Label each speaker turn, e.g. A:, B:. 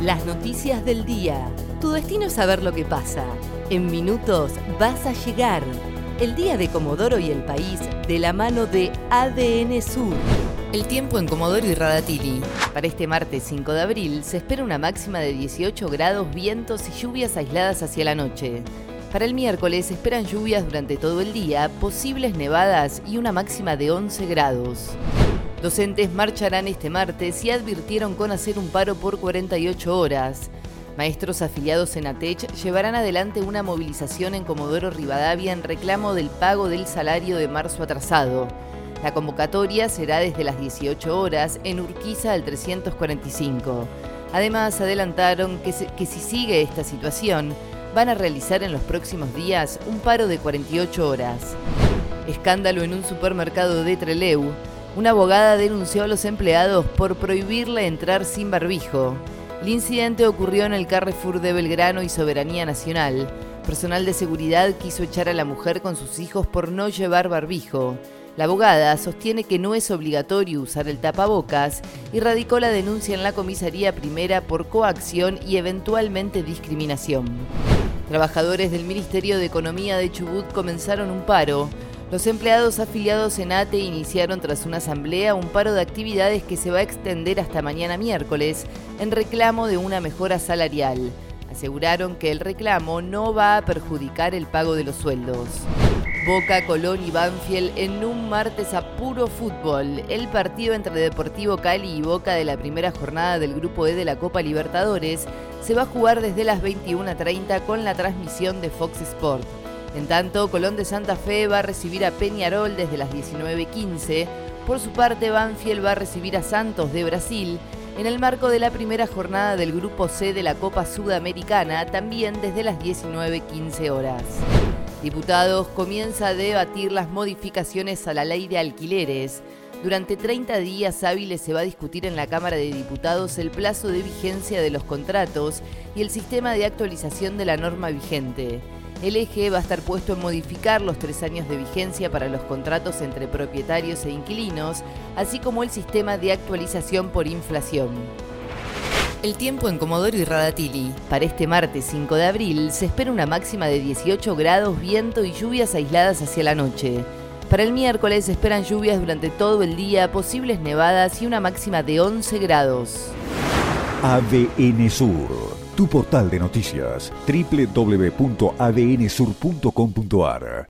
A: Las noticias del día. Tu destino es saber lo que pasa. En minutos vas a llegar. El día de Comodoro y el país de la mano de ADN Sur. El tiempo en Comodoro y Radatili. Para este martes 5 de abril se espera una máxima de 18 grados, vientos y lluvias aisladas hacia la noche. Para el miércoles se esperan lluvias durante todo el día, posibles nevadas y una máxima de 11 grados. Docentes marcharán este martes y advirtieron con hacer un paro por 48 horas. Maestros afiliados en ATECH llevarán adelante una movilización en Comodoro Rivadavia en reclamo del pago del salario de marzo atrasado. La convocatoria será desde las 18 horas en Urquiza al 345. Además, adelantaron que si sigue esta situación, van a realizar en los próximos días un paro de 48 horas. Escándalo en un supermercado de Trelew. Una abogada denunció a los empleados por prohibirle entrar sin barbijo. El incidente ocurrió en el Carrefour de Belgrano y Soberanía Nacional. Personal de seguridad quiso echar a la mujer con sus hijos por no llevar barbijo. La abogada sostiene que no es obligatorio usar el tapabocas y radicó la denuncia en la comisaría primera por coacción y eventualmente discriminación. Trabajadores del Ministerio de Economía de Chubut comenzaron un paro. Los empleados afiliados en ATE iniciaron tras una asamblea un paro de actividades que se va a extender hasta mañana miércoles en reclamo de una mejora salarial. Aseguraron que el reclamo no va a perjudicar el pago de los sueldos. Boca, Colón y Banfield en un martes a puro fútbol. El partido entre Deportivo Cali y Boca de la primera jornada del Grupo E de la Copa Libertadores se va a jugar desde las 21:30 con la transmisión de Fox Sport. En tanto, Colón de Santa Fe va a recibir a Peñarol desde las 19:15. Por su parte, Banfield va a recibir a Santos de Brasil en el marco de la primera jornada del Grupo C de la Copa Sudamericana, también desde las 19:15 horas. Diputados comienza a debatir las modificaciones a la ley de alquileres. Durante 30 días hábiles se va a discutir en la Cámara de Diputados el plazo de vigencia de los contratos y el sistema de actualización de la norma vigente. El eje va a estar puesto en modificar los 3 años de vigencia para los contratos entre propietarios e inquilinos, así como el sistema de actualización por inflación. El tiempo en Comodoro y Radatili. Para este martes 5 de abril se espera una máxima de 18 grados, viento y lluvias aisladas hacia la noche. Para el miércoles se esperan lluvias durante todo el día, posibles nevadas y una máxima de 11 grados.
B: ADN Sur, tu portal de noticias, www.adnsur.com.ar